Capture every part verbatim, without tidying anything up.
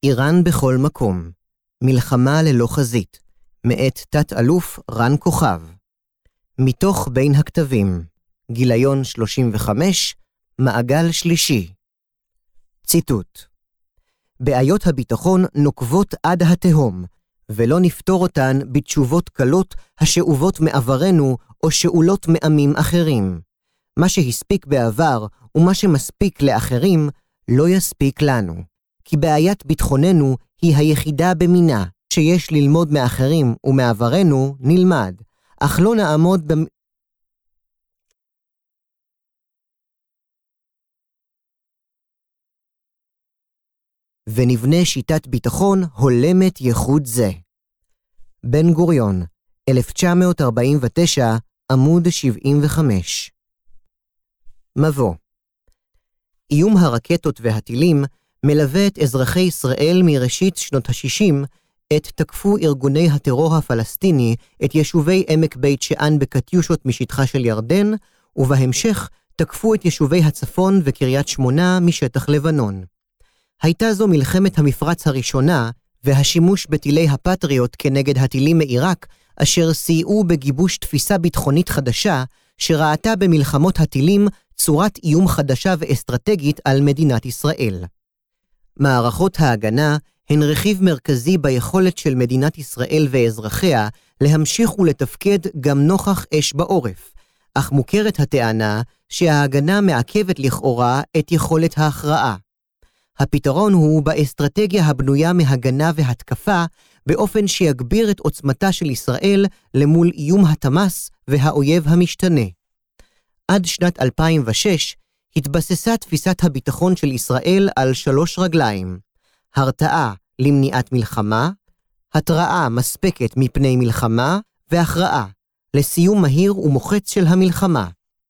איראן בכל מקום. מלחמה ללא חזית. מאת תת-אלוף רן כוכב. מתוך בין הכתבים. גיליון שלושים וחמש, מעגל שלישי. ציטוט. בעיות הביטחון נוקבות עד התהום, ולא נפתור אותן בתשובות קלות השאובות מעברנו או שאולות מעמים אחרים. מה שהספיק בעבר ומה שמספיק לאחרים לא יספיק לנו. כי בעיית ביטחוננו היא היחידה במינה, שיש ללמוד מאחרים ומעברנו נלמד, אך לא נעמוד במ... ונבנה שיטת ביטחון הולמת ייחוד זה. בן גוריון, אלף תשע מאות ארבעים ותשע, עמוד שבעים וחמש. מבוא. איום הרקטות והטילים מלווה את אזרחי ישראל מראשית שנות ה-שישים, עת תקפו ארגוני הטרור הפלסטיני את יישובי עמק בית שאן בקטיושות משטחה של ירדן, ובהמשך תקפו את יישובי הצפון וקריית שמונה משטח לבנון. הייתה זו מלחמת המפרץ הראשונה, והשימוש בטילי הפטריוט כנגד הטילים מעיראק, אשר סייעו בגיבוש תפיסה ביטחונית חדשה, שראתה במלחמות הטילים צורת איום חדשה ואסטרטגית על מדינת ישראל. מערכות ההגנה הן רכיב מרכזי ביכולת של מדינת ישראל ואזרחיה להמשיך ולתפקד גם נוכח אש בעורף, אך מוכרת הטענה שההגנה מעכבת לכאורה את יכולת ההכרעה. הפתרון הוא באסטרטגיה הבנויה מהגנה והתקפה, באופן שיגביר את עוצמתה של ישראל למול איום התמ"ס והאויב המשתנה. עד שנת אלפיים ושש התבססה תפיסת הביטחון של ישראל על שלוש רגליים: הרתעה למניעת מלחמה, התראה מספקת מפני מלחמה, והכרעה לסיום מהיר ומוחץ של המלחמה.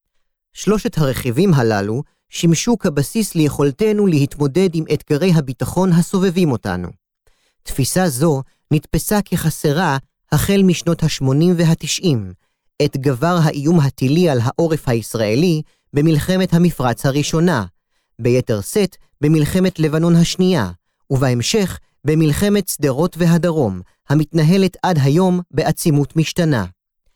שלושת הרכיבים הללו שימשו כבסיס ליכולתנו להתמודד עם אתגרי הביטחון הסובבים אותנו. תפיסה זו נתפסה כחסרה החל משנות ה-שמונים וה-תשעים, את גבר האיום הטילי על העורף הישראלי במלחמת המפרץ הראשונה, ביתר שאת במלחמת לבנון השנייה, ובהמשך במלחמת שדרות והדרום, המתנהלת עד היום בעצימות משתנה.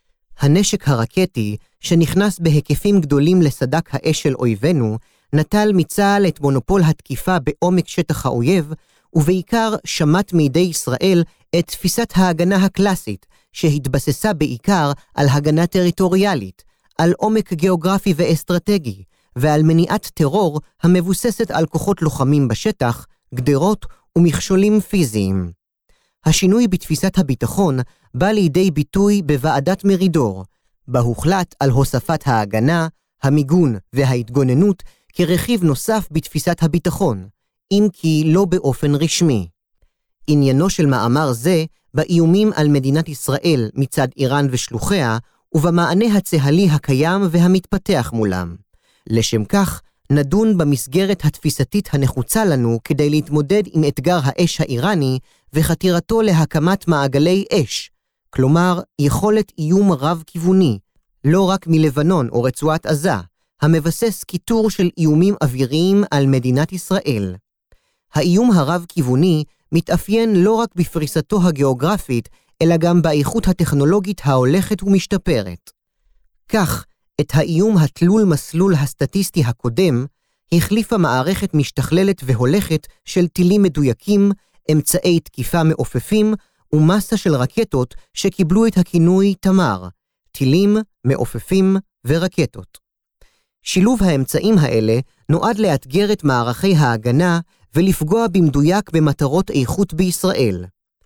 הנשק הרקטי, שנכנס בהיקפים גדולים לסדק האש של אויבינו, נטל מצה"ל את מונופול התקיפה בעומק שטח האויב, ובעיקר שמט מידי ישראל את תפיסת ההגנה הקלאסית, שהתבססה בעיקר על הגנה טריטוריאלית, על עומק גיאוגרפי ואסטרטגי, ועל מניעת טרור המבוססת על כוחות לוחמים בשטח, גדרות ומכשולים פיזיים. השינוי בתפיסת הביטחון בא לידי ביטוי בוועדת מרידור, בה הוחלט על הוספת ההגנה, המיגון וההתגוננות כרכיב נוסף בתפיסת הביטחון, אם כי לא באופן רשמי. עניינו של מאמר זה באיומים על מדינת ישראל מצד איראן ושלוחיה, ובמענה הצהלי הקיים והמתפתח מולם. לשם כך, נדון במסגרת התפיסתית הנחוצה לנו כדי להתמודד עם אתגר האש האיראני וחתירתו להקמת מעגלי אש, כלומר יכולת איום רב-כיווני, לא רק מלבנון או רצועת עזה, המבסס קיטור של איומים אוויריים על מדינת ישראל. האיום הרב-כיווני מתאפיין לא רק בפריסתו הגיאוגרפית, אלא גם באיכות הטכנולוגית ההולכת ומשתפרת. כך, את האיום התלול מסלול הסטטיסטי הקודם, החליפה מערכת משתכללת והולכת של טילים מדויקים, אמצעי תקיפה מעופפים ומסה של רקטות שקיבלו את הכינוי תמר, טילים, מעופפים ורקטות. שילוב האמצעים האלה נועד לאתגר את מערכי ההגנה ולפגוע במדויק במטרות איכות בישראל.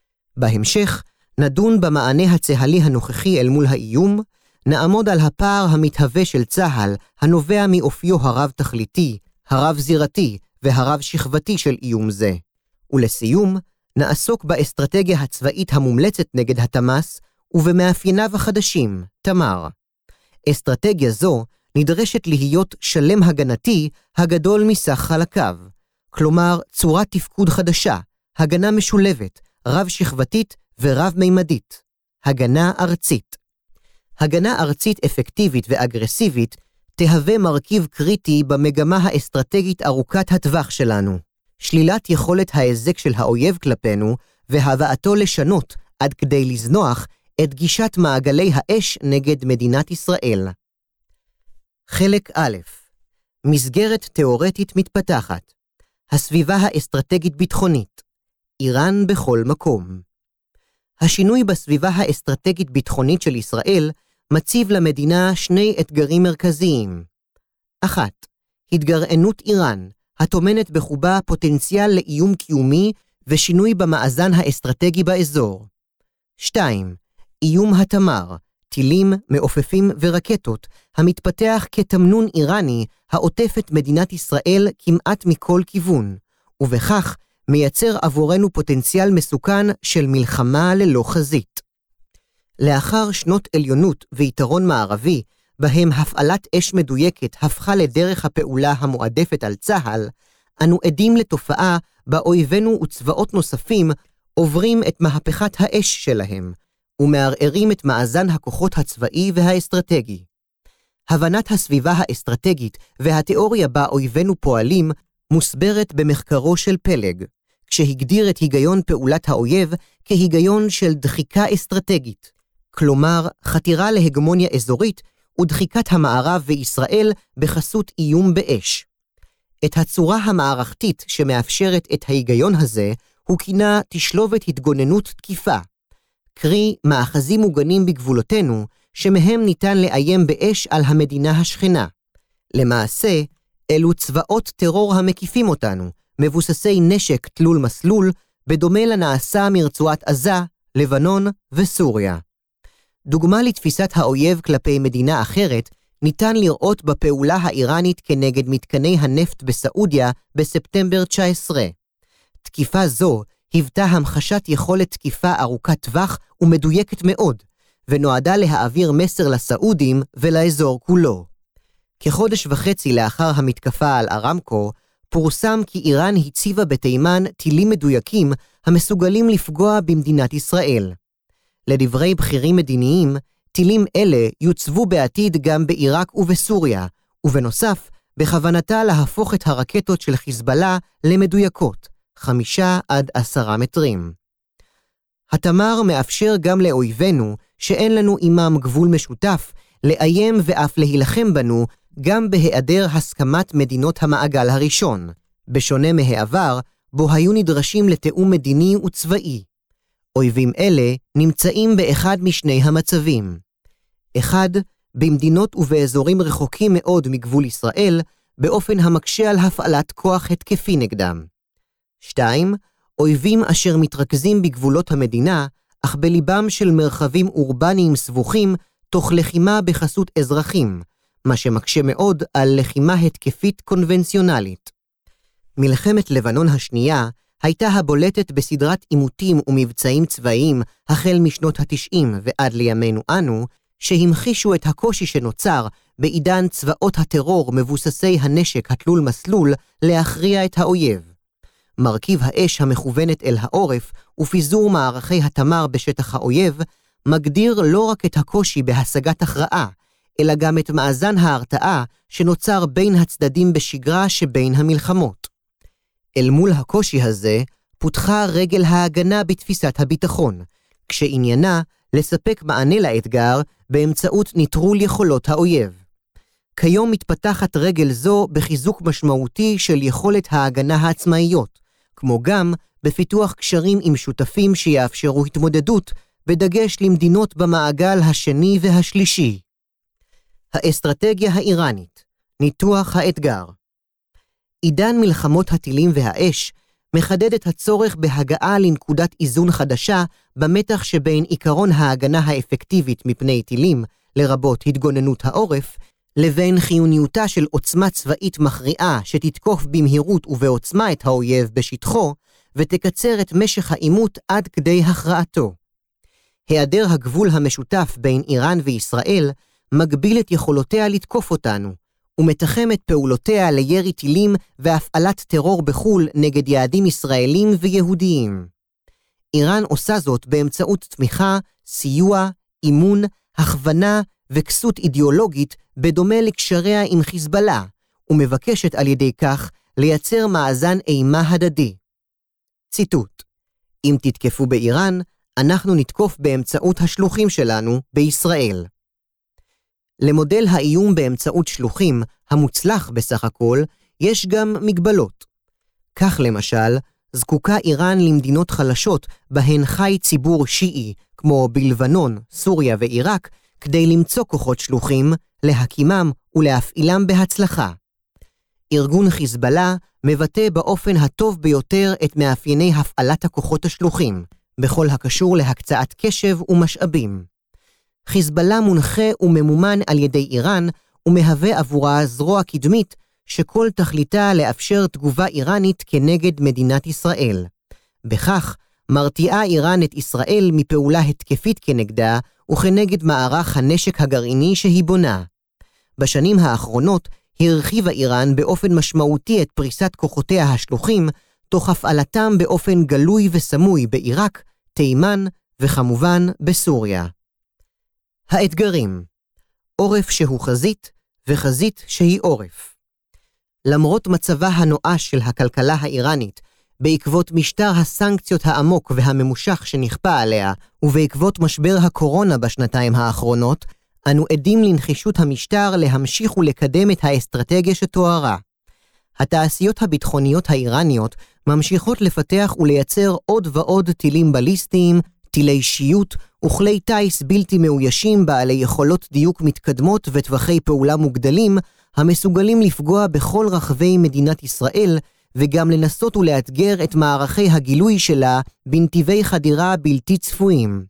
בהמשך, נדון במענה הצהלי הנוכחי אל מול האיום, נעמוד על הפער המתהווה של צה"ל, הנובע מאופיו הרב-תכליתי, הרב-זירתי והרב-שכבתי של איום זה. ולסיום, נעסוק באסטרטגיה הצבאית המומלצת נגד התמ"ס, ובמאפייניו החדשים, תמר. אסטרטגיה זו נדרשת להיות שלם הגנתי הגדול מסך חלקיו, כלומר צורת תפקוד חדשה, הגנה משולבת, רב-שכבתית ורב-מימדית, הגנה ארצית. הגנה ארצית אפקטיבית ואגרסיבית תהווה מרכיב קריטי במגמה האסטרטגית ארוכת הטווח שלנו, שלילת יכולת ההיזק של האויב כלפינו והבאתו לשנות עד כדי לזנוח את גישת מעגלי האש נגד מדינת ישראל. חלק א', מסגרת תיאורטית מתפתחת. הסביבה האסטרטגית-ביטחונית. איראן בכל מקום. השינוי בסביבה האסטרטגית-ביטחונית של ישראל מציב למדינה שני אתגרים מרכזיים. אחת, התגרענות איראן, הטומנת בחובה פוטנציאל לאיום קיומי ושינוי במאזן האסטרטגי באזור. שתיים, איום התמר, טילים, מעופפים ורקטות, המתפתח כתמנון איראני העוטף את מדינת ישראל כמעט מכל כיוון, ובכך מייצר עבורנו פוטנציאל מסוכן של מלחמה ללא חזית. לאחר שנות עליונות ויתרון מערבי, בהם הפעלת אש מדויקת הפכה לדרך הפעולה המועדפת על צה"ל, אנו עדים לתופעה בה אויבינו וצבאות נוספים עוברים את מהפכת האש שלהם, ומערערים את מאזן הכוחות הצבאי והאסטרטגי. הבנת הסביבה האסטרטגית והתיאוריה בה אויבינו פועלים מוסברת במחקרו של פלג, כשהגדיר את היגיון פעולת האויב כהיגיון של דחיקה אסטרטגית, כלומר חתירה להגמוניה אזורית ודחיקת המערב וישראל בחסות איום באש. את הצורה המערכתית שמאפשרת את ההיגיון הזה הוא כינה תשלובת התגוננות תקיפה, קרי מאחזים מוגנים בגבולותינו שמהם ניתן לאיים באש על המדינה השכנה. למעשה, אלו צבאות טרור המקיפים אותנו, מבוססי נשק תלול מסלול, בדומה לנעשה מרצועת עזה, לבנון וסוריה. דוגמה לתפיסת האויב כלפי מדינה אחרת ניתן לראות בפעולה האיראנית כנגד מתקני הנפט בסעודיה בספטמבר תשע עשרה. תקיפה זו היוותה המחשת יכולת תקיפה ארוכת טווח ומדויקת מאוד, ונועדה להעביר מסר לסעודים ולאזור כולו. כחודש וחצי לאחר המתקפה על ארמקו, פורסם כי איראן הציבה בתימן טילים מדויקים המסוגלים לפגוע במדינת ישראל. לדברי בכירים מדיניים, טילים אלה יוצבו בעתיד גם בעיראק ובסוריה, ובנוסף, בכוונתה להפוך את הרקטות של חיזבאללה למדויקות, חמישה עד עשרה מטרים. התמר מאפשר גם לאויבינו, שאין לנו עמם גבול משותף, לאיים ואף להילחם בנו, גם בהיעדר הסכמת מדינות המעגל הראשון, בשונה מהעבר, בו היו נדרשים לתאום מדיני וצבאי. אויבים אלה נמצאים באחד משני המצבים. אחד, במדינות ובאזורים רחוקים מאוד מגבול ישראל, באופן המקשה על הפעלת כוח התקפי נגדם. שתיים, אויבים אשר מתרכזים בגבולות המדינה, אך בליבם של מרחבים אורבניים סבוכים, תוך לחימה בחסות אזרחים, מה שמקשה מאוד על לחימה התקפית קונבנציונלית. מלחמת לבנון השנייה הייתה הבולטת בסדרת עימותים ומבצעים צבאיים החל משנות התשעים ועד לימינו אנו, שהמחישו את הקושי שנוצר בעידן צבאות הטרור מבוססי הנשק התלול מסלול להכריע את האויב. מרכיב האש המכוונת אל העורף ופיזור מערכי התמר בשטח האויב מגדיר לא רק את הקושי בהשגת הכרעה, אלא גם את מאזן ההרתעה שנוצר בין הצדדים בשגרה שבין המלחמות. אל מול הקושי הזה פותחה רגל ההגנה בתפיסת הביטחון, כשעניינה לספק מענה לאתגר באמצעות ניטרול יכולות האויב. כיום מתפתחת רגל זו בחיזוק משמעותי של יכולת ההגנה העצמאיות, כמו גם בפיתוח קשרים עם שותפים שיאפשרו התמודדות, בדגש למדינות במעגל השני והשלישי. האסטרטגיה האיראנית, ניתוח האתגר. עידן מלחמות הטילים והאש מחדד את הצורך בהגעה לנקודת איזון חדשה במתח שבין עיקרון ההגנה האפקטיבית מפני טילים, לרבות התגוננות העורף, לבין חיוניותה של עוצמה צבאית מכריעה שתתקוף במהירות ובעוצמה את האויב בשטחו, ותקצר את משך העימות עד כדי הכרעתו. היעדר הגבול המשותף בין איראן וישראל מגביל את יכולותיה לתקוף אותנו, ומתחם את פעולותיה לירי טילים והפעלת טרור בחול נגד יעדים ישראלים ויהודיים. איראן עושה זאת באמצעות תמיכה, סיוע, אימון, הכוונה וכסות אידיאולוגית בדומה לקשריה עם חיזבאללה, ומבקשת על ידי כך לייצר מאזן אימה הדדי. ציטוט: אם תתקפו באיראן, אנחנו נתקוף באמצעות השלוחים שלנו בישראל. למודל האיום באמצעות שלוחים, המוצלח בסך הכל, יש גם מגבלות. כך למשל, זקוקה איראן למדינות חלשות בהן חי ציבור שיעי, כמו בלבנון, סוריה ועיראק, כדי למצוא כוחות שלוחים, להקימם ולהפעילם בהצלחה. ארגון חיזבאללה מבטא באופן הטוב ביותר את מאפייני הפעלת הכוחות השלוחים, בכל הקשור להקצאת קשב ומשאבים. חיזבאללה מונחה וממומן על ידי איראן, ומהווה עבורה זרוע קדמית שכל תכליתה לאפשר תגובה איראנית כנגד מדינת ישראל. בכך מרתיעה איראן את ישראל מפעולה התקפית כנגדה וכנגד מערך הנשק הגרעיני שהיא בונה. בשנים האחרונות הרחיבה איראן באופן משמעותי את פריסת כוחותיה השלוחים, תוך הפעלתם באופן גלוי וסמוי בעיראק, תימן וכמובן בסוריה. האתגרים: עורף שהוא חזית וחזית שהיא עורף. למרות מצבה הנואש של הכלכלה האיראנית, בעקבות משטר הסנקציות העמוק והממושך שנכפה עליה, ובעקבות משבר הקורונה בשנתיים האחרונות, אנו עדים לנחישות המשטר להמשיך ולקדם את האסטרטגיה שתוארה. התעשיות הביטחוניות האיראניות ממשיכות לפתח ולייצר עוד ועוד טילים בליסטיים, טילי שיוט וכלי טייס בלתי מאוישים בעלי יכולות דיוק מתקדמות וטווחי פעולה מוגדלים, המסוגלים לפגוע בכל רחבי מדינת ישראל, וגם לנסות ולאתגר את מערכי הגילוי שלה בנתיבי חדירה בלתי צפויים.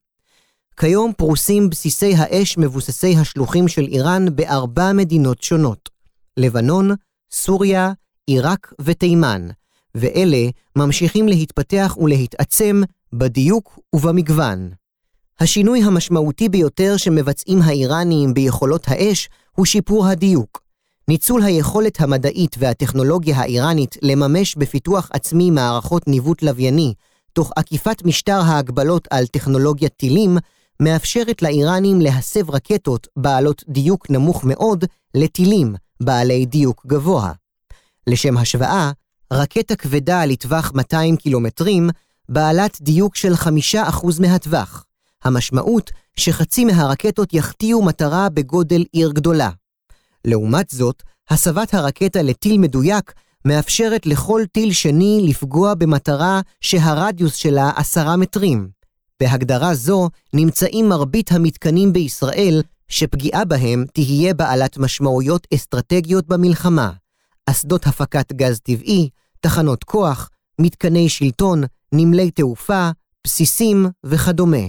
כיום פרוסים בסיסי האש מבוססי השלוחים של איראן בארבע מדינות שונות: לבנון, סוריה, עיראק ותימן, ואלה ממשיכים להתפתח ולהתעצם בדיוק ובמגוון. השינוי המשמעותי ביותר שמבצעים האיראנים ביכולות האש הוא שיפור הדיוק. ניצול היכולת המדעית והטכנולוגיה האיראנית לממש בפיתוח עצמי מערכות ניווט לווייני, תוך עקיפת משטר ההגבלות על טכנולוגיית טילים, מאפשרת לאיראנים להסב רקטות בעלות דיוק נמוך מאוד לטילים בעלי דיוק גבוה. לשם השוואה, רקטה כבדה לטווח מאתיים קילומטרים, בעלת דיוק של חמישה אחוז מהטווח. המשמעות שחצי מהרקטות יחטיאו מטרה בגודל עיר גדולה. לעומת זאת, הסבת הרקטה לטיל מדויק מאפשרת לכל טיל שני לפגוע במטרה שהרדיוס שלה עשרה מטרים. בהגדרה זו נמצאים מרבית המתקנים בישראל שפגיעה בהם תהיה בעלת משמעויות אסטרטגיות במלחמה: אסדות הפקת גז טבעי, תחנות כוח, מתקני שלטון, נמלי תעופה, בסיסים וכדומה.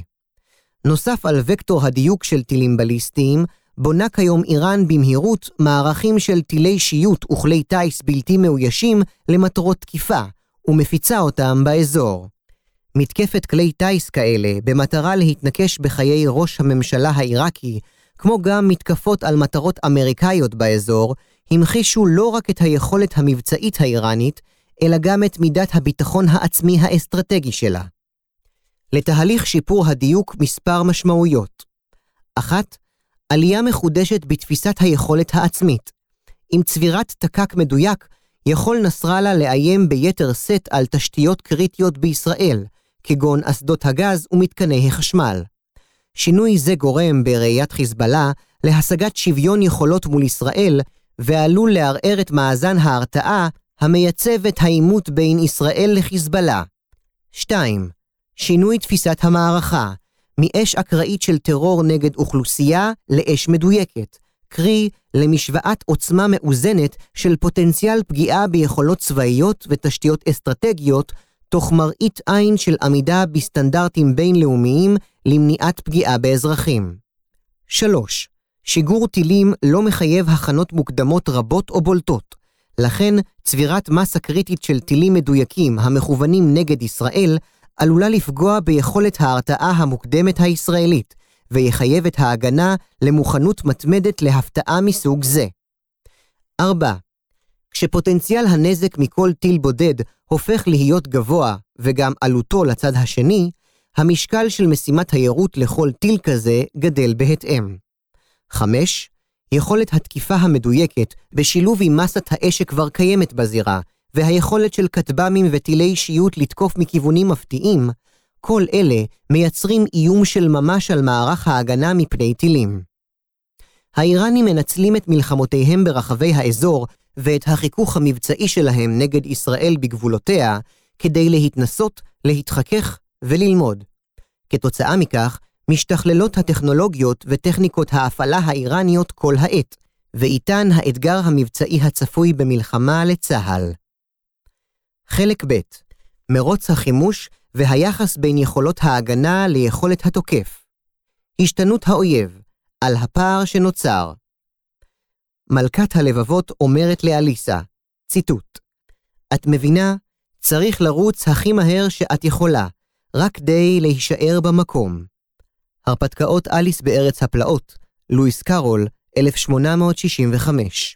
נוסף על וקטור הדיוק של טילים בליסטיים, בונה כיום איראן במהירות מערכים של טילי שיוט וכלי טייס בלתי מאוישים למטרות תקיפה, ומפיצה אותם באזור. מתקפת כלי טייס כאלה במטרה להתנקש בחיי ראש הממשלה העיראקי, כמו גם מתקפות על מטרות אמריקאיות באזור, המחישו לא רק את היכולת המבצעית האיראנית, אלא גם את מידת הביטחון העצמי האסטרטגי שלה. לתהליך שיפור הדיוק מספר משמעויות. אחת, עלייה מחודשת בתפיסת היכולת העצמית. עם צבירת תקק מדויק, יכול נסראללה לאיים ביתר סט על תשתיות קריטיות בישראל, כגון אסדות הגז ומתקני החשמל. שינוי זה גורם בראיית חיזבאללה להשגת שוויון יכולות מול ישראל, ועלול לערער את מאזן ההרתעה המייצב את העימות בין ישראל לחיזבאללה. שתיים. שינוי תפיסת המערכה, מאש אקראית של טרור נגד אוכלוסייה לאש מדויקת, קרי למשוואת עוצמה מאוזנת של פוטנציאל פגיעה ביכולות צבאיות ותשתיות אסטרטגיות, תוך מראית עין של עמידה בסטנדרטים בינלאומיים למניעת פגיעה באזרחים. שלוש. שיגור טילים לא מחייב הכנות מוקדמות רבות או בולטות. לכן, צבירת מסה קריטית של טילים מדויקים המכוונים נגד ישראל עלולה לפגוע ביכולת ההרתעה המוקדמת הישראלית, ויחייב את ההגנה למוכנות מתמדת להפתעה מסוג זה. ארבע. כשפוטנציאל הנזק מכל טיל בודד הופך להיות גבוה וגם עלותו לצד השני, המשקל של משימת היירוט לכל טיל כזה גדל בהתאם. חמש. יכולת התקיפה המדויקת בשילוב עם מסת האש שכבר קיימת בזירה, והיכולת של כטב"מים וטילי שיוט לתקוף מכיוונים מפתיעים, כל אלה מייצרים איום של ממש על מערך ההגנה מפני טילים. האיראנים מנצלים את מלחמותיהם ברחבי האזור ואת החיכוך המבצעי שלהם נגד ישראל בגבולותיה כדי להתנסות, להתחכך וללמוד. כתוצאה מכך, משתכללות הטכנולוגיות וטכניקות ההפעלה האיראניות כל העת, ואיתן האתגר המבצעי הצפוי במלחמה לצה"ל. חלק ב' מרוץ החימוש והיחס בין יכולות ההגנה ליכולת התוקף. השתנות האויב, על הפער שנוצר. מלכת הלבבות אומרת לאליסה, ציטוט: את מבינה, צריך לרוץ הכי מהר שאת יכולה, רק כדי להישאר במקום. הרפתקאות אליס בארץ הפלאות, לואיס קארול, אלף שמונה מאות שישים וחמש.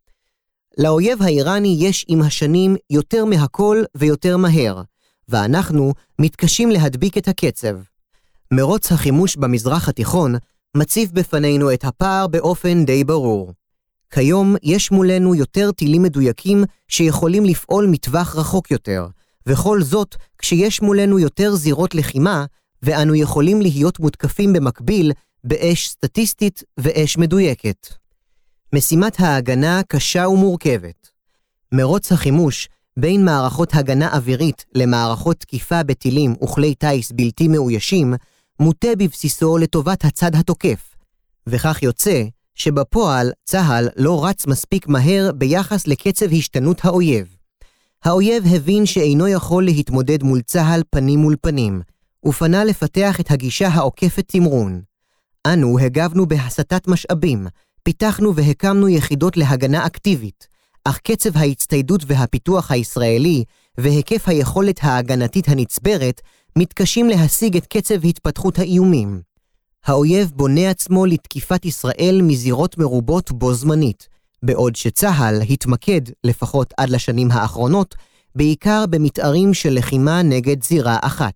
לאויב האיראני יש עם השנים יותר מהכל ויותר מהר, ואנחנו מתקשים להדביק את הקצב. מרוץ החימוש במזרח התיכון מציב בפנינו את הפער באופן די ברור. כיום יש מולנו יותר טילים מדויקים שיכולים לפעול מטווח רחוק יותר, וכל זאת כשיש מולנו יותר זירות לחימה, ואנו יכולים להיות מותקפים במקביל באש סטטיסטית ואש מדויקת. משימת ההגנה קשה ומורכבת. מרוץ החימוש בין מערכות הגנה אווירית למערכות תקיפה בטילים וכלי טייס בלתי מאוישים, מוטה בבסיסו לטובת הצד התוקף, וכך יוצא שבפועל צה"ל לא רץ מספיק מהר ביחס לקצב השתנות האויב. האויב הבין שאינו יכול להתמודד מול צה"ל פנים מול פנים, ופנה לפתח את הגישה העוקפת תמרון. אנו הגבנו בהסטת משאבים, פיתחנו והקמנו יחידות להגנה אקטיבית, אך קצב ההצטיידות והפיתוח הישראלי והיקף היכולת ההגנתית הנצברת מתקשים להשיג את קצב התפתחות האיומים. האויב בונה עצמו לתקיפת ישראל מזירות מרובות בו זמנית, בעוד שצה"ל התמקד, לפחות עד לשנים האחרונות, בעיקר במתארים של לחימה נגד זירה אחת.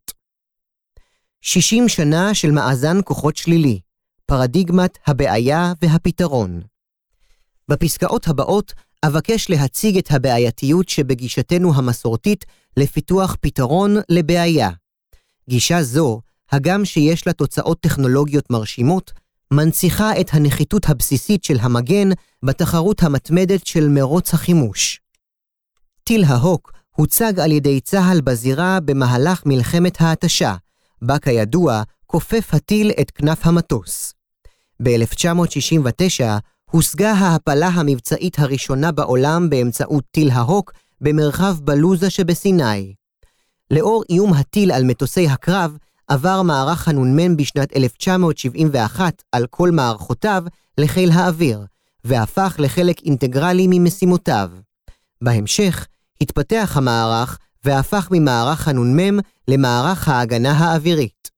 שישים שנה של מאזן כוחות שלילי, פרדיגמת הבעיה והפתרון. בפסקאות הבאות אבקש להציג את הבעייתיות שבגישתנו המסורתית לפיתוח פתרון לבעיה. גישה זו, הגם שיש לה תוצאות טכנולוגיות מרשימות, מנציחה את הנחיתות הבסיסית של המגן בתחרות המתמדת של מרוץ החימוש. טיל ההוק הוצג על ידי צה"ל בזירה במהלך מלחמת ההתשה, בה כידוע כופף הטיל את כנף המטוס. ב-אלף תשע מאות שישים ותשע הושגה ההפלה המבצעית הראשונה בעולם באמצעות טיל ההוק במרחב בלוזה שבסיני. לאור איום הטיל על מטוסי הקרב, עבר מערך הנ"מ בשנת אלף תשע מאות שבעים ואחת על כל מערכותיו לחיל האוויר, והפך לחלק אינטגרלי ממשימותיו. בהמשך התפתח המערך והפך ממערך הנ"מ למערך ההגנה האווירית.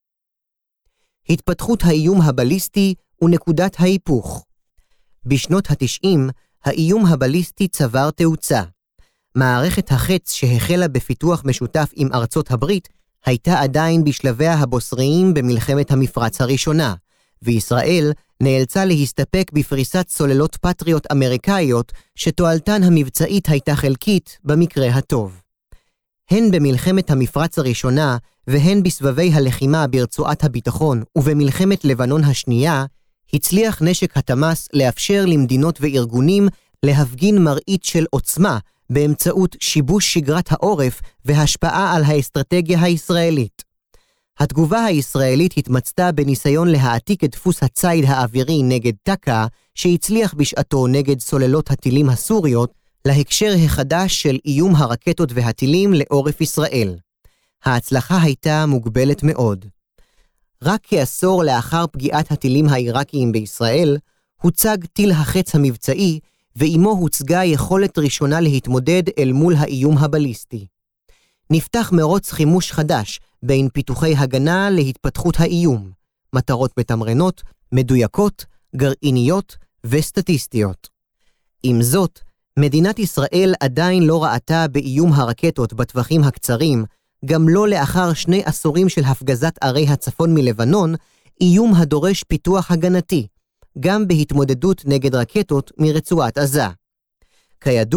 התפתחות האיום הבליסטי ונקודת ההיפוך. בשנות התשעים האיום הבליסטי צבר תאוצה. מערכת החץ שהחלה בפיתוח משותף עם ארצות הברית הייתה עדיין בשלביה הבוסריים במלחמת המפרץ הראשונה, וישראל נאלצה להסתפק בפריסת סוללות פטריוט אמריקאיות שתועלתן המבצעית הייתה חלקית במקרה הטוב. הן במלחמת המפרץ הראשונה והן בסבבי הלחימה ברצועת הביטחון ובמלחמת לבנון השנייה, הצליח נשק התמ"ס לאפשר למדינות וארגונים להפגין מראית של עוצמה באמצעות שיבוש שגרת העורף והשפעה על האסטרטגיה הישראלית. התגובה הישראלית התמצתה בניסיון להעתיק את דפוס הציד האווירי נגד טקה, שהצליח בשעתו נגד סוללות הטילים הסוריות, להקשר החדש של איום הרקטות והטילים לעורף ישראל. ההצלחה הייתה מוגבלת מאוד. רק כעשור לאחר פגיעת הטילים העיראקיים בישראל, הוצג טיל החץ המבצעי, ועימו הוצגה יכולת ראשונה להתמודד אל מול האיום הבליסטי. נפתח מרוץ חימוש חדש בין פיתוחי הגנה להתפתחות האיום, מטרות מתמרנות, מדויקות, גרעיניות וסטטיסטיות. עם זאת, מדינת ישראל עדיין לא ראתה באיום הרקטות בטווחים הקצרים, גם לא לאחר שני עשורים של הפגזת ערי הצפון מלבנון, איום הדורש פיתוח הגנתי, גם בהתמודדות נגד רקטות מרצועת עזה. כידוע,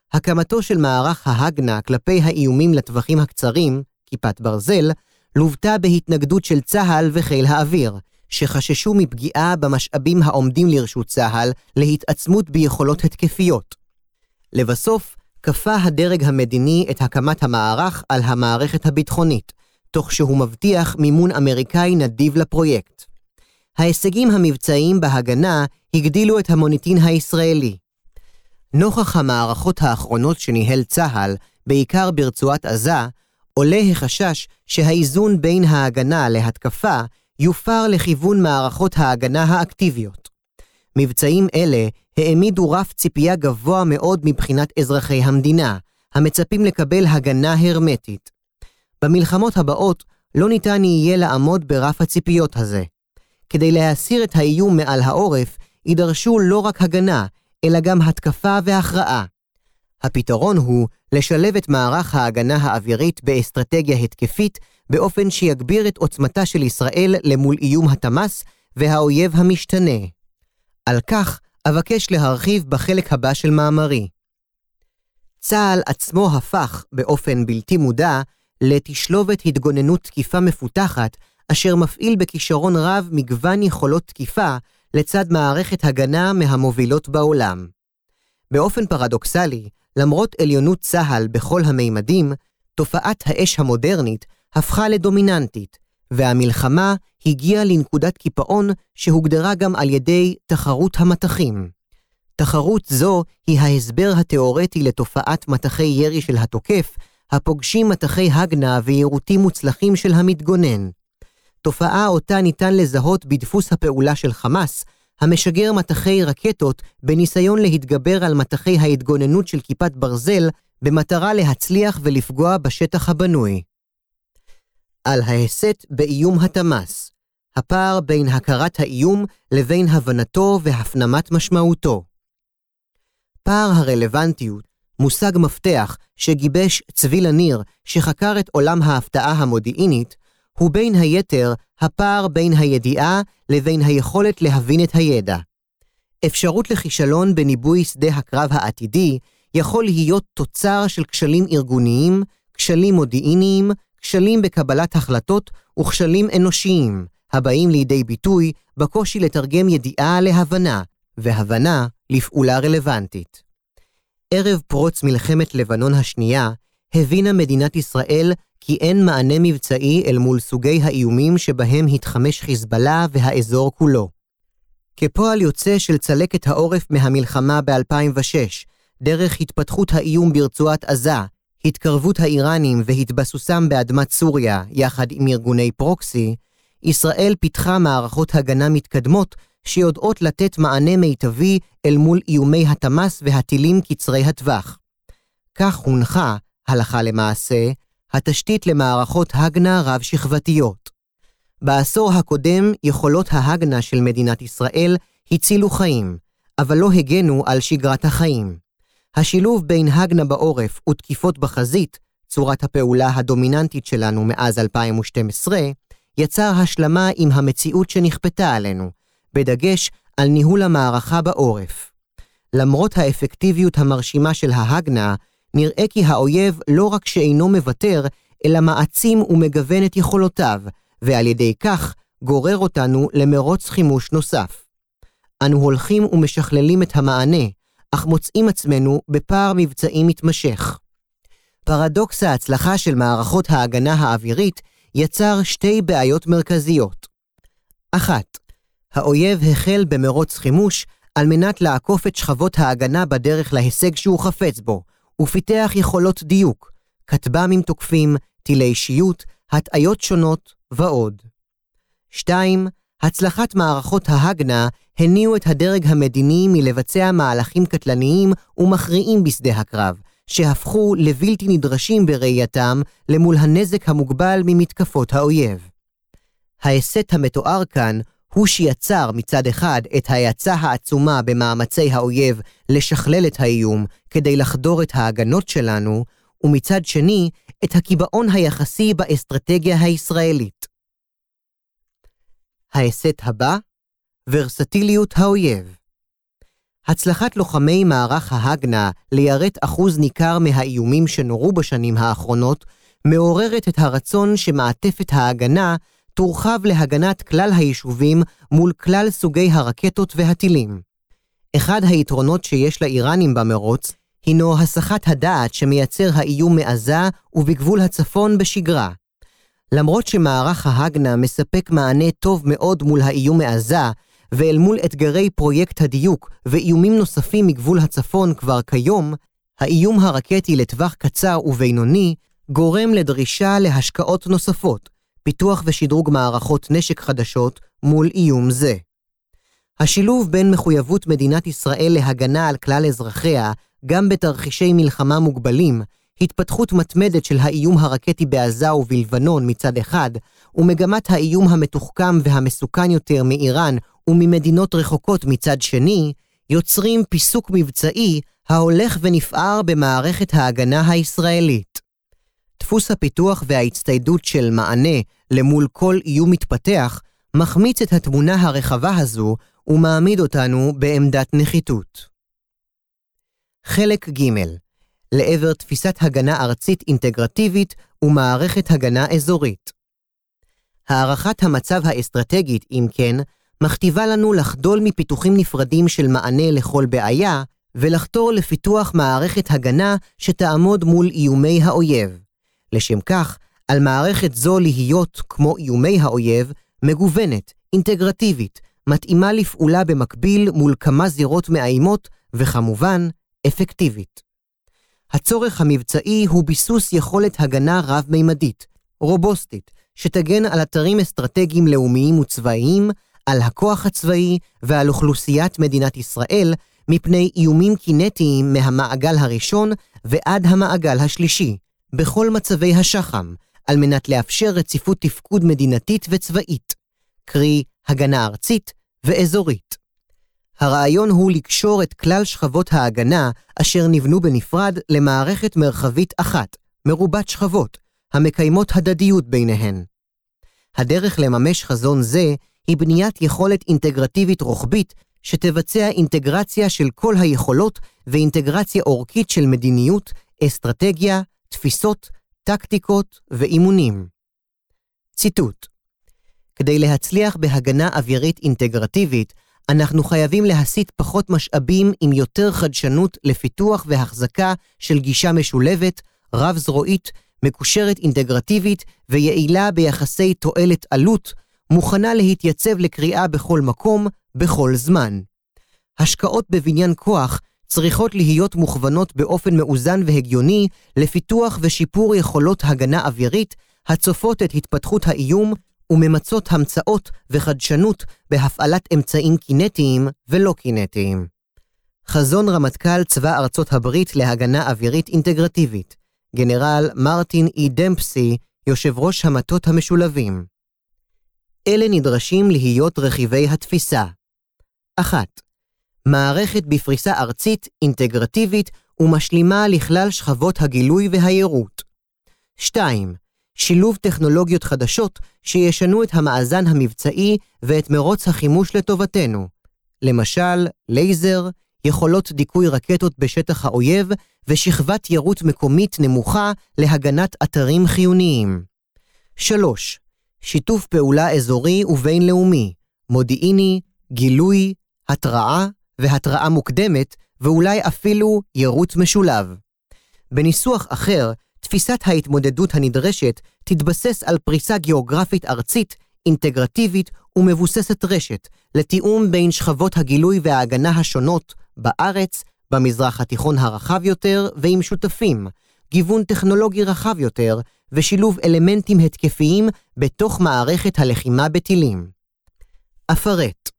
הקמתו של מערך ההגנה כלפי האיומים לטווחים הקצרים, כיפת ברזל, לוותה בהתנגדות של צה"ל וחיל האוויר, שחששו מפגיעה במשאבים העומדים לרשות צה"ל להתעצמות ביכולות התקפיות. לבסוף, כפה הדרג המדיני את הקמת המערך על המערכת הביטחונית, תוך שהוא מבטיח מימון אמריקאי נדיב לפרויקט. ההישגים המבצעיים בהגנה הגדילו את המוניטין הישראלי. נוכח המערכות האחרונות שניהל צה"ל, בעיקר ברצועת עזה, עולה החשש שהאיזון בין ההגנה להתקפה יופר לכיוון מערכות ההגנה האקטיביות. מבצעים אלה העמידו רף ציפייה גבוה מאוד מבחינת אזרחי המדינה, המצפים לקבל הגנה הרמטית. במלחמות הבאות לא ניתן יהיה לעמוד ברף הציפיות הזה. כדי להסיר את האיום מעל העורף, יידרשו לא רק הגנה, אלא גם התקפה והכרעה. הפתרון הוא לשלב את מערך ההגנה האווירית באסטרטגיה התקפית, באופן שיגביר את עוצמתה של ישראל למול איום התמ"ס והאויב המשתנה. על כך אבקש להרחיב בחלק הבא של מאמרי. צה"ל עצמו הפך באופן בלתי מודע לתשלובת התגוננות תקיפה מפותחת, אשר מפעיל בכישרון רב מגוון יכולות תקיפה לצד מערכת הגנה מהמובילות בעולם. באופן פרדוקסלי, למרות עליונות צה"ל בכל המימדים, תופעת האש המודרנית הפכה לדומיננטית, והמלחמה הגיעה לנקודת קיפאון שהוגדרה גם על ידי תחרות המטחים. תחרות זו היא ההסבר התיאורטי לתופעת מטחי ירי של התוקף, הפוגשים מטחי הגנה ויירוטים מוצלחים של המתגונן. תופעה אותה ניתן לזהות בדפוס הפעולה של חמאס, המשגר מטחי רקטות בניסיון להתגבר על מטחי ההתגוננות של כיפת ברזל, במטרה להצליח ולפגוע בשטח הבנוי. על ההסת באיום התמ"ס, הפער בין הכרת האיום לבין הבנתו והפנמת משמעותו. פער הרלוונטיות, מושג מפתח שגיבש צבי לניר שחקר את עולם ההפתעה המודיעינית, הוא בין היתר הפער בין הידיעה לבין היכולת להבין את הידע. אפשרות לכישלון בניבוי שדה הקרב העתידי יכול להיות תוצר של כשלים ארגוניים, כשלים מודיעיניים, כשלים בקבלת החלטות וכשלים אנושיים, הבאים לידי ביטוי בקושי לתרגם ידיעה להבנה, והבנה לפעולה רלוונטית. ערב פרוץ מלחמת לבנון השנייה, הבינה מדינת ישראל כי אין מענה מבצעי אל מול סוגי האיומים שבהם התחמש חיזבאללה והאזור כולו. כפועל יוצא של צלקת העורף מהמלחמה ב-אלפיים ושש, דרך התפתחות האיום ברצועת עזה, התקרבות האיראנים והתבסוסם באדמת סוריה יחד עם ארגוני פרוקסי, ישראל פיתחה מערכות הגנה מתקדמות שיודעות לתת מענה מיטבי אל מול איומי התמ"ס והטילים קצרי הטווח. כך הונחה, הלכה למעשה, התשתית למערכות הגנה רב-שכבתיות. בעשור הקודם יכולות ההגנה של מדינת ישראל הצילו חיים, אבל לא הגנו על שגרת החיים. השילוב בין הגנה בעורף ותקיפות בחזית, צורת הפעולה הדומיננטית שלנו מאז אלפיים ושתים עשרה, יצר השלמה עם המציאות שנכפתה עלינו, בדגש על ניהול המערכה בעורף. למרות האפקטיביות המרשימה של ההגנה, נראה כי האויב לא רק שאינו מוותר, אלא מעצים ומגוון את יכולותיו, ועל ידי כך גורר אותנו למרוץ חימוש נוסף. אנו הולכים ומשכללים את המענה, אך מוצאים עצמנו בפער מבצעי מתמשך. פרדוקס ההצלחה של מערכות ההגנה האווירית יצר שתי בעיות מרכזיות. אחת, האויב החל במרוץ חימוש על מנת לעקוף את שכבות ההגנה בדרך להישג שהוא חפץ בו, ופיתח יכולות דיוק, כטב"מים תוקפים, טילי שיוט, הטעיות שונות ועוד. שתיים, הצלחת מערכות ההגנה הניעו את הדרג המדיני מלבצע מהלכים קטלניים ומכריעים בשדה הקרב, שהפכו לבלתי נדרשים בראייתם למול הנזק המוגבל ממתקפות האויב. ההסת המתואר כאן הוא שיצר מצד אחד את ההאצה העצומה במאמצי האויב לשכלל את האיום כדי לחדור את ההגנות שלנו, ומצד שני את הקיבעון היחסי באסטרטגיה הישראלית. ההסת הבא, ורסטיליות האויב. הצלחת לוחמי מערך ההגנה ליירט אחוז ניכר מהאיומים שנורו בשנים האחרונות, מעוררת את הרצון שמעטפת ההגנה תורחב להגנת כלל היישובים מול כלל סוגי הרקטות והטילים. אחד היתרונות שיש לאיראנים במרוץ, הינו הסחת הדעת שמייצר האיום מעזה ובגבול הצפון בשגרה. למרות שמערך ההגנה מספק מענה טוב מאוד מול האיום מעזה, ואל מול אתגרי פרויקט הדיוק ואיומים נוספים מגבול הצפון כבר כיום, האיום הרקטי לטווח קצר ובינוני גורם לדרישה להשקעות נוספות, פיתוח ושדרוג מערכות נשק חדשות מול איום זה. השילוב בין מחויבות מדינת ישראל להגנה על כלל אזרחיה, גם בתרחישי מלחמה מוגבלים, התפתחות מתמדת של האיום הרקטי בעזה ובלבנון מצד אחד, ומגמת האיום המתוחכם והמסוכן יותר מאיראן וממדינות רחוקות מצד שני, יוצרים פיסוק מבצעי ההולך ונפער במערכת ההגנה הישראלית. דפוס הפיתוח וההצטיידות של מענה למול כל איום מתפתח, מחמיץ את התמונה הרחבה הזו ומעמיד אותנו בעמדת נחיתות. חלק ג' לעבר תפיסת הגנה ארצית אינטגרטיבית ומערכת הגנה אזורית. הערכת המצב האסטרטגית, אם כן, מכתיבה לנו לחדול מפיתוחים נפרדים של מענה לכל בעיה, ולחתור לפיתוח מערכת הגנה שתעמוד מול איומי האויב. לשם כך, על מערכת זו להיות, כמו איומי האויב, מגוונת, אינטגרטיבית, מתאימה לפעולה במקביל מול כמה זירות מאיימות, וכמובן, אפקטיבית. הצורך המבצעי הוא ביסוס יכולת הגנה רב-מימדית, רובוסטית, שתגן על אתרים אסטרטגיים לאומיים וצבאיים, על הכוח הצבאי ועל אוכלוסיית מדינת ישראל, מפני איומים קינטיים מהמעגל הראשון ועד המעגל השלישי, בכל מצבי השחם, על מנת לאפשר רציפות תפקוד מדינתית וצבאית, קרי הגנה ארצית ואזורית. הרעיון הוא לקשור את כלל שכבות ההגנה אשר נבנו בנפרד למערכת מרחבית אחת, מרובת שכבות, המקיימות הדדיות ביניהן. הדרך לממש חזון זה היא בניית יכולת אינטגרטיבית רוחבית שתבצע אינטגרציה של כל היכולות ואינטגרציה אורכית של מדיניות, אסטרטגיה, תפיסות, טקטיקות ואימונים. ציטוט: כדי להצליח בהגנה אווירית אינטגרטיבית, אנחנו חייבים להסיט פחות משאבים עם יותר חדשנות לפיתוח והחזקה של גישה משולבת, רב-זרועית, מקושרת אינטגרטיבית ויעילה ביחסי תועלת עלות, מוכנה להתייצב לקריאה בכל מקום, בכל זמן. השקעות בבניין כוח צריכות להיות מוכוונות באופן מאוזן והגיוני לפיתוח ושיפור יכולות הגנה אווירית הצופות את התפתחות האיום וממצות המצאות וחדשנות בהפעלת אמצעים קינטיים ולא קינטיים. חזון רמטכ"ל צבא ארצות הברית להגנה אווירית אינטגרטיבית, גנרל מרטין אי דמפסי, יושב ראש המטות המשולבים. אלה נדרשים להיות רכיבי התפיסה. אחת. מערכת בפריסה ארצית, אינטגרטיבית ומשלימה לכלל שכבות הגילוי והיירוט. שתיים. שילוב טכנולוגיות חדשות שישנו את המאזן המבצעי ואת מרוץ החימוש לטובתנו. למשל, לייזר, יכולות דיכוי רקטות בשטח האויב ושכבת יירוט מקומית נמוכה להגנת אתרים חיוניים. שלוש. שיתוף פעולה אזורי ובינלאומי, מודיעיני, גילוי, התראה והתראה מוקדמת ואולי אפילו יירוט משולב. בניסוח אחר, תפיסת ההתמודדות הנדרשת תתבסס על פריסה גיאוגרפית ארצית, אינטגרטיבית ומבוססת רשת, לתיאום בין שכבות הגילוי וההגנה השונות בארץ, במזרח התיכון הרחב יותר ועם שותפים, גיוון טכנולוגי רחב יותר ושילוב אלמנטים התקפיים בתוך מערכת הלחימה בטילים. אפרט.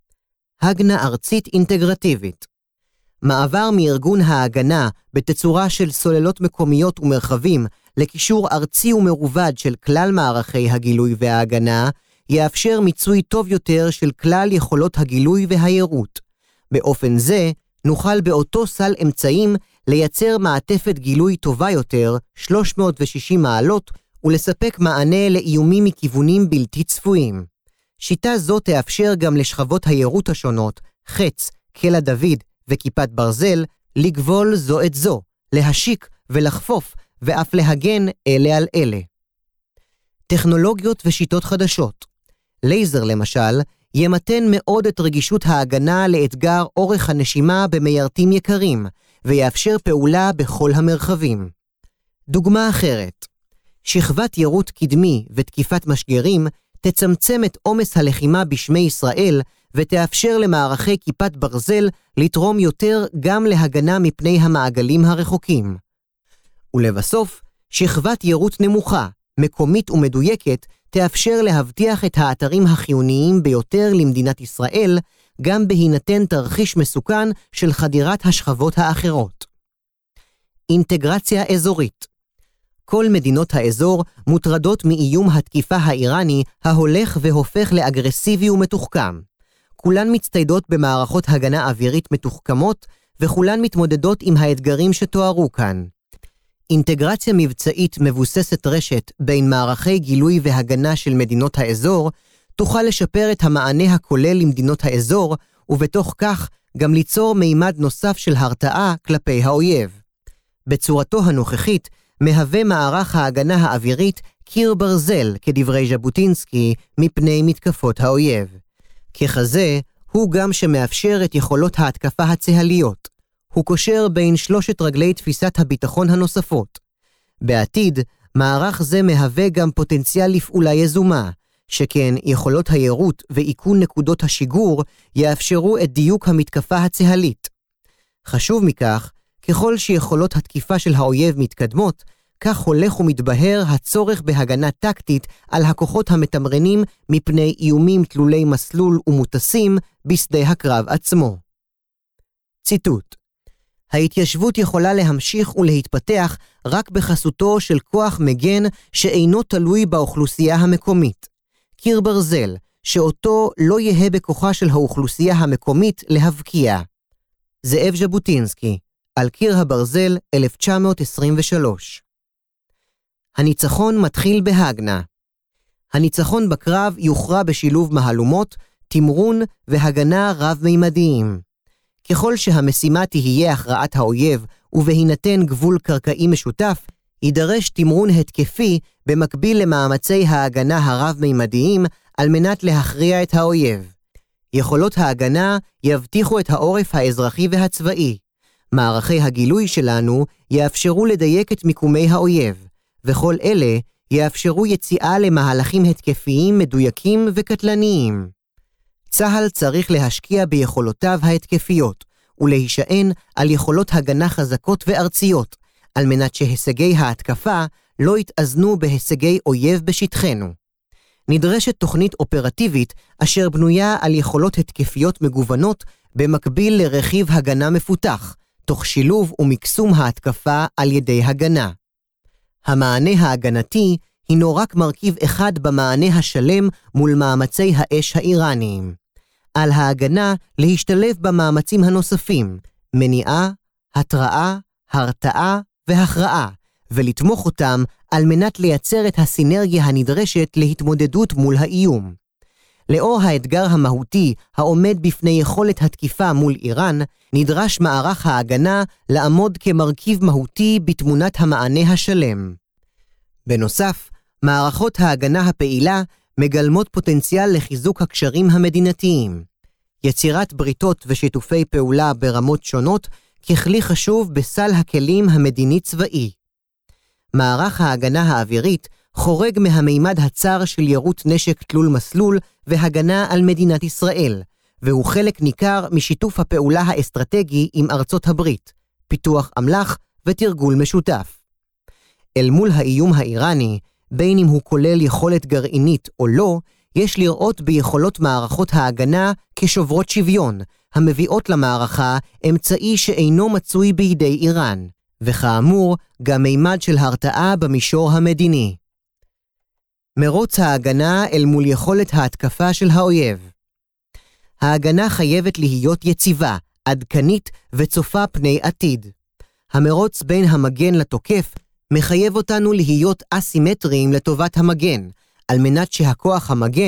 הגנה ארצית אינטגרטיבית. מעבר מארגון ההגנה בתצורה של סוללות מקומיות ומרחבים לקישור ארצי ומרובד של כלל מערכי הגילוי וההגנה, יאפשר מיצוי טוב יותר של כלל יכולות הגילוי והיירוט. באופן זה, נוכל באותו סל אמצעים לייצר מעטפת גילוי טובה יותר, שלוש מאות ושישים מעלות, ולספק מענה לאיומים מכיוונים בלתי צפויים. שיטה זו תאפשר גם לשכבות היירוט השונות, חץ, קלע דוד וכיפת ברזל לגבול זו את זו, להשיק ולחפוף ואף להגן אלה על אלה. טכנולוגיות ושיטות חדשות. לייזר למשל, ימתן מאוד את רגישות ההגנה לאתגר אורך הנשימה במיירטים יקרים, ויאפשר פעולה בכל המרחבים. דוגמה אחרת, שכבת יירוט קדמי ותקיפת משגרים תצמצם את עומס הלחימה בשמי ישראל, ותאפשר למערכי כיפת ברזל לתרום יותר גם להגנה מפני המעגלים הרחוקים. ולבסוף, שכבת יירוט נמוכה, מקומית ומדויקת, תאפשר להבטיח את האתרים החיוניים ביותר למדינת ישראל, גם בהינתן תרחיש מסוכן של חדירת השכבות האחרות. אינטגרציה אזורית. כל מדינות האזור מוטרדות מאיום התקיפה האיראני ההולך והופך לאגרסיבי ומתוחכם. כולן מצטיידות במערכות הגנה אווירית מתוחכמות, וכולן מתמודדות עם האתגרים שתוארו כאן. אינטגרציה מבצעית מבוססת רשת בין מערכי גילוי והגנה של מדינות האזור, תוכל לשפר את המענה הכולל למדינות האזור, ובתוך כך גם ליצור מימד נוסף של הרתעה כלפי האויב. בצורתו הנוכחית, מהווה מערך ההגנה האווירית קיר ברזל, כדברי ז'בוטינסקי, מפני מתקפות האויב. ככזה, הוא גם שמאפשר את יכולות ההתקפה הצהליות. הוא קושר בין שלושת רגלי תפיסת הביטחון הנוספות. בעתיד, מערך זה מהווה גם פוטנציאל לפעולה יזומה, שכן יכולות היירוט ואיכון נקודות השיגור יאפשרו את דיוק המתקפה הצהלית. חשוב מכך, ככל שיכולות התקיפה של האויב מתקדמות, כך הולך ומתבהר הצורך בהגנה טקטית על הכוחות המתמרנים מפני איומים תלולי מסלול ומוטסים בשדה הקרב עצמו. ציטוט: ההתיישבות יכולה להמשיך ולהתפתח רק בחסותו של כוח מגן שאינו תלוי באוכלוסייה המקומית. קיר ברזל, שאותו לא יהיה בכוחה של האוכלוסייה המקומית להבקיע. זאב ז'בוטינסקי, על קיר הברזל, אלף תשע מאות עשרים ושלוש. הניצחון מתחיל בהגנה. הניצחון בקרב יוכרע בשילוב מהלומות, תמרון והגנה רב-מימדיים. ככל שהמשימה תהיה הכרעת האויב ובהינתן גבול קרקעי משותף, יידרש תמרון התקפי במקביל למאמצי ההגנה הרב-מימדיים על מנת להכריע את האויב. יכולות ההגנה יבטיחו את העורף האזרחי והצבאי. מערכי הגילוי שלנו יאפשרו לדייק את מיקומי האויב, וכל אלה יאפשרו יציאה למהלכים התקפיים מדויקים וקטלניים. צה"ל צריך להשקיע ביכולותיו ההתקפיות, ולהישען על יכולות הגנה חזקות וארציות, על מנת שהישגי ההתקפה לא יתאזנו בהישגי אויב בשטחנו. נדרשת תוכנית אופרטיבית אשר בנויה על יכולות התקפיות מגוונות במקביל לרכיב הגנה מפותח, תוך שילוב ומקסום ההתקפה על ידי הגנה. המענה ההגנתי הינו רק מרכיב אחד במענה השלם מול מאמצי האש האיראניים. על ההגנה להשתלב במאמצים הנוספים, מניעה, התראה, הרתעה והכרעה, ולתמוך אותם על מנת לייצר את הסינרגיה הנדרשת להתמודדות מול האיום. לאור האתגר המהותי העומד בפני יכולת התקיפה מול איראן, נדרש מערך ההגנה לעמוד כמרכיב מהותי בתמונת המענה השלם. בנוסף, מערכות ההגנה הפעילה מגלמות פוטנציאל לחיזוק הקשרים המדינתיים. יצירת בריתות ושיתופי פעולה ברמות שונות ככלי חשוב בסל הכלים המדיני-צבאי. מערך ההגנה האווירית חורג מהמימד הצר של יירוט נשק תלול מסלול והגנה על מדינת ישראל, והוא חלק ניכר משיתוף הפעולה האסטרטגי עם ארצות הברית, פיתוח אמל"ח ותרגול משותף. אל מול האיום האיראני, בין אם הוא כולל יכולת גרעינית או לא, יש לראות ביכולות מערכות ההגנה כשוברות שוויון, המביאות למערכה אמצעי שאינו מצוי בידי איראן, וכאמור גם מימד של הרתעה במישור המדיני. מרוץ ההגנה אל מול יכולת ההתקפה של האויב. ההגנה חייבת להיות יציבה, עדכנית וצופה פני עתיד. המרוץ בין המגן לתוקף מחייב אותנו להיות אסימטריים לטובת המגן, על מנת שהכוח המגן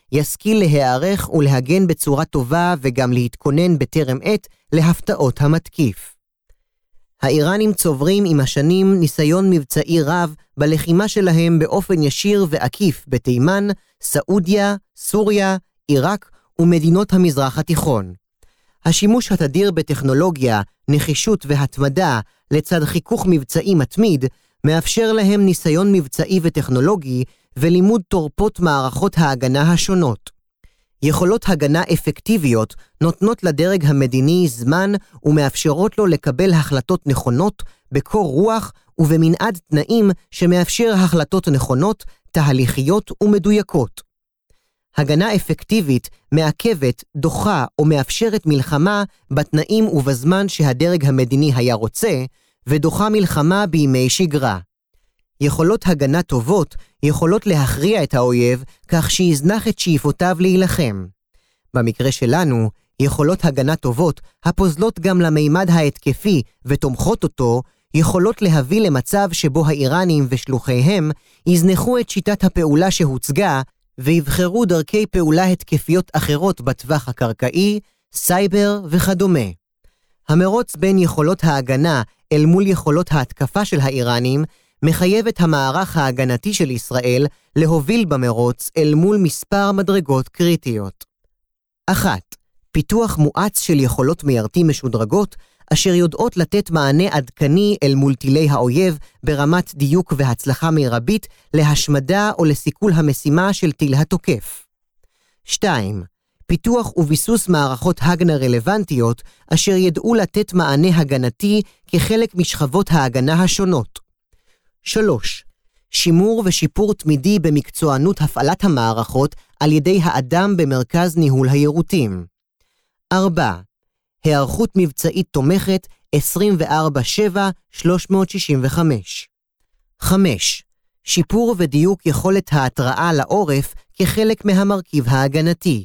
ישכיל להיערך ולהגן בצורה טובה וגם להתכונן בטרם עת להפתעות המתקיף. האיראנים צוברים עם השנים ניסיון מבצעי רב בלחימה שלהם באופן ישיר ועקיף בתימן, סעודיה, סוריה, עיראק ומדינות המזרח התיכון. השימוש התדיר בטכנולוגיה, נחישות והתמדה לצד חיכוך מבצעי מתמיד, מאפשר להם ניסיון מבצעי וטכנולוגי ולימוד תורפות מערכות ההגנה השונות. יכולות הגנה אפקטיביות נותנות לדרג המדיני זמן ומאפשרות לו לקבל החלטות נכונות בקור רוח ובמנעד תנאים שמאפשר החלטות נכונות, תהליכיות ומדויקות. הגנה אפקטיבית מעכבת, דוחה או מאפשרת מלחמה בתנאים ובזמן שהדרג המדיני היה רוצה, ודוחה מלחמה בימי שגרה. יכולות הגנה טובות יכולות להכריע את האויב כך שיזנח את שאיפותיו להילחם. במקרה שלנו, יכולות הגנה טובות הפוזלות גם למימד ההתקפי ותומכות אותו, יכולות להביא למצב שבו האיראנים ושלוחיהם יזנחו את שיטת הפעולה שהוצגה ויבחרו דרכי פעולה התקפיות אחרות בטווח הקרקעי, סייבר וכדומה. המרוץ בין יכולות ההגנה אל מול יכולות ההתקפה של האיראנים מחייב את המערך ההגנתי של ישראל להוביל במרוץ אל מול מספר מדרגות קריטיות. אחת. פיתוח מואץ של יכולות מיירטים משודרגות, אשר יודעות לתת מענה עדכני אל מול טילי האויב ברמת דיוק והצלחה מרבית להשמדה או לסיכול המשימה של טיל התוקף. שתיים. פיתוח וביסוס מערכות הגנה רלוונטיות, אשר ידעו לתת מענה הגנתי כחלק משכבות ההגנה השונות. שלוש. שימור ושיפור תמידי במקצוענות הפעלת המערכות על ידי האדם במרכז ניהול היירוטים. ארבע. היערכות מבצעית תומכת עשרים וארבע שבע שלוש מאות שישים וחמש. חמש. שיפור ודיוק יכולת ההתראה לעורף כחלק מהמרכיב ההגנתי.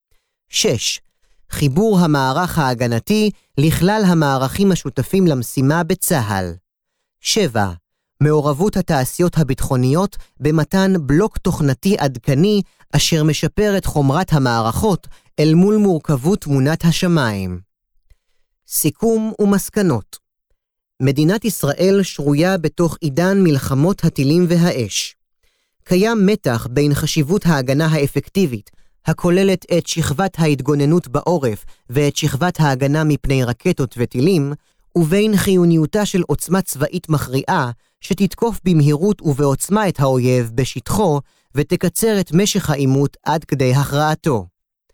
שש. חיבור המערך ההגנתי לכלל המערכים השותפים למשימה בצה"ל. שבע. מעורבות התעשיות הביטחוניות במתן בלוק תוכנתי עדכני אשר משפר את חומרת המערכות אל מול מורכבות תמונת השמיים. סיכום ומסקנות. מדינת ישראל שרויה בתוך עידן מלחמות הטילים והאש. קיים מתח בין חשיבות ההגנה האפקטיבית, הכוללת את שכבת ההתגוננות בעורף ואת שכבת ההגנה מפני רקטות וטילים, ובין חיוניותה של עוצמה צבאית מכריעה שתתקוף במהירות ובעוצמה את האויב בשטחו ותקצר את משך העימות עד כדי הכרעתו.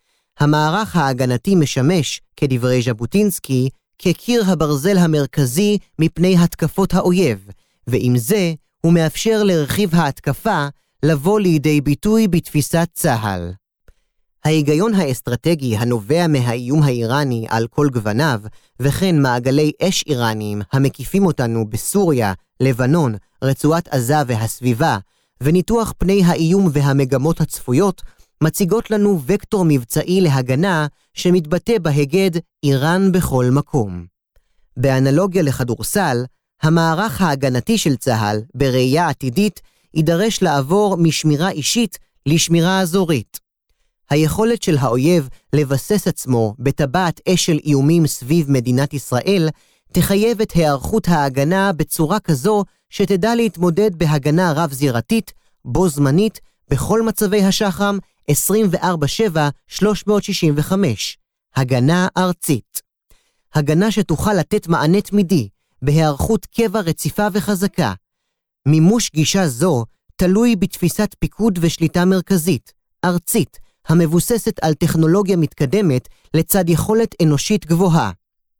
המערך ההגנתי משמש, כדברי ז'בוטינסקי, כקיר הברזל המרכזי מפני התקפות האויב, ועם זה הוא מאפשר לרכיב ההתקפה לבוא לידי ביטוי בתפיסת צה"ל. ההיגיון האסטרטגי הנובע מהאיום האיראני על כל גווניו, וכן מעגלי אש איראניים המקיפים אותנו בסוריה, לבנון, רצועת עזה והסביבה, וניתוח פני האיום והמגמות הצפויות, מציגות לנו וקטור מבצעי להגנה שמתבטא בהגד איראן בכל מקום. באנלוגיה לכדורסל, המערך ההגנתי של צה"ל, בראייה עתידית, יידרש לעבור משמירה אישית לשמירה אזורית. היכולת של האויב לבסס עצמו בטבעת אש של איומים סביב מדינת ישראל, תחייב את היערכות ההגנה בצורה כזו שתדע להתמודד בהגנה רב-זירתית, בו זמנית, בכל מצבי השחם, עשרים וארבע שבע שלוש מאות שישים וחמש. הגנה ארצית. הגנה שתוכל לתת מענה תמידי, בהיערכות קבע רציפה וחזקה. מימוש גישה זו תלוי בתפיסת פיקוד ושליטה מרכזית, ארצית, המבוססת על טכנולוגיה מתקדמת לצד יכולת אנושית גבוהה.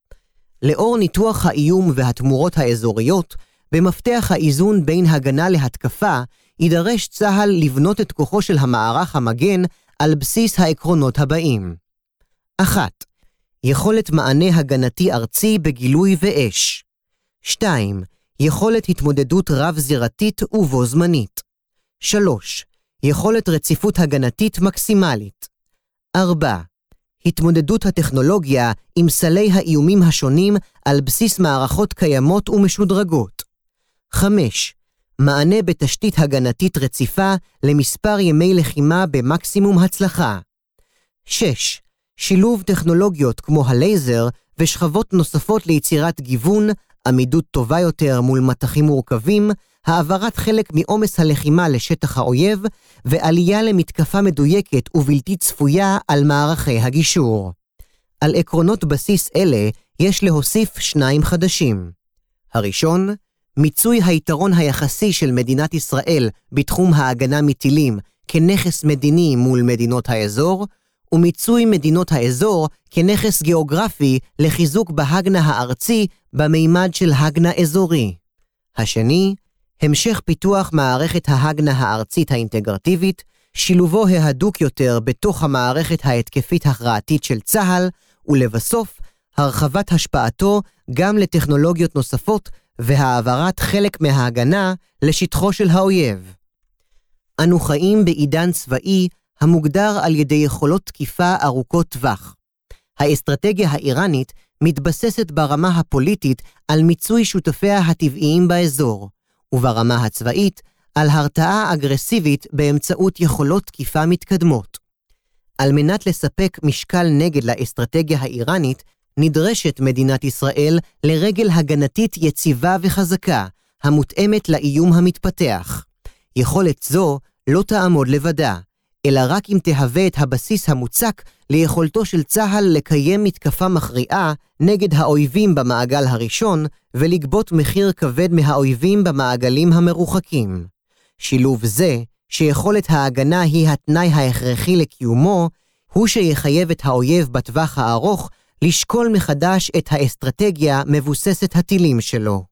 לאור ניתוח האיום והתמורות האזוריות, במפתח האיזון בין הגנה להתקפה, יידרש צה"ל לבנות את כוחו של המערך המגן על בסיס העקרונות הבאים. אחת. יכולת מענה הגנתי ארצי בגילוי ואש. שתיים. יכולת התמודדות רב-זירתית ובו זמנית. שלוש. יכולת רציפות הגנתית מקסימלית. ארבע. התמודדות הטכנולוגיה עם סלי האיומים השונים על בסיס מערכות קיימות ומשודרגות. חמש. מענה בתשתית הגנתית רציפה למספר ימי לחימה במקסימום הצלחה. שש. שילוב טכנולוגיות כמו הלייזר ושכבות נוספות ליצירת גיוון, עמידות טובה יותר מול מטחים מורכבים, העברת חלק מעומס הלחימה לשטח האויב, ועלייה למתקפה מדויקת ובלתי צפויה על מערכי הגישור. על עקרונות בסיס אלה יש להוסיף שניים חדשים. הראשון, מיצוי היתרון היחסי של מדינת ישראל בתחום ההגנה מטילים כנכס מדיני מול מדינות האזור, ומיצוי מדינות האזור כנכס גיאוגרפי לחיזוק בהגנה הארצי במימד של הגנה אזורי. השני, המשך פיתוח מערכת ההגנה הארצית האינטגרטיבית, שילובו ההדוק יותר בתוך המערכת ההתקפית הכרעתית של צה"ל, ולבסוף, הרחבת השפעתו גם לטכנולוגיות נוספות והעברת חלק מההגנה לשטחו של האויב. אנו חיים בעידן צבאי המוגדר על ידי יכולות תקיפה ארוכות טווח. האסטרטגיה האיראנית מתבססת ברמה הפוליטית על מיצוי שותפיה הטבעיים באזור, וברמה הצבאית על הרתעה אגרסיבית באמצעות יכולות תקיפה מתקדמות. על מנת לספק משקל נגד לאסטרטגיה האיראנית, נדרשת מדינת ישראל לרגל הגנתית יציבה וחזקה, המותאמת לאיום המתפתח. יכולת זו לא תעמוד לבדה, אלא רק אם תהווה את הבסיס המוצק ליכולתו של צה"ל לקיים מתקפה מכריעה נגד האויבים במעגל הראשון ולגבות מחיר כבד מהאויבים במעגלים המרוחקים. שילוב זה, שיכולת ההגנה היא התנאי ההכרחי לקיומו, הוא שיחייב את האויב בטווח הארוך לשקול מחדש את האסטרטגיה מבוססת הטילים שלו.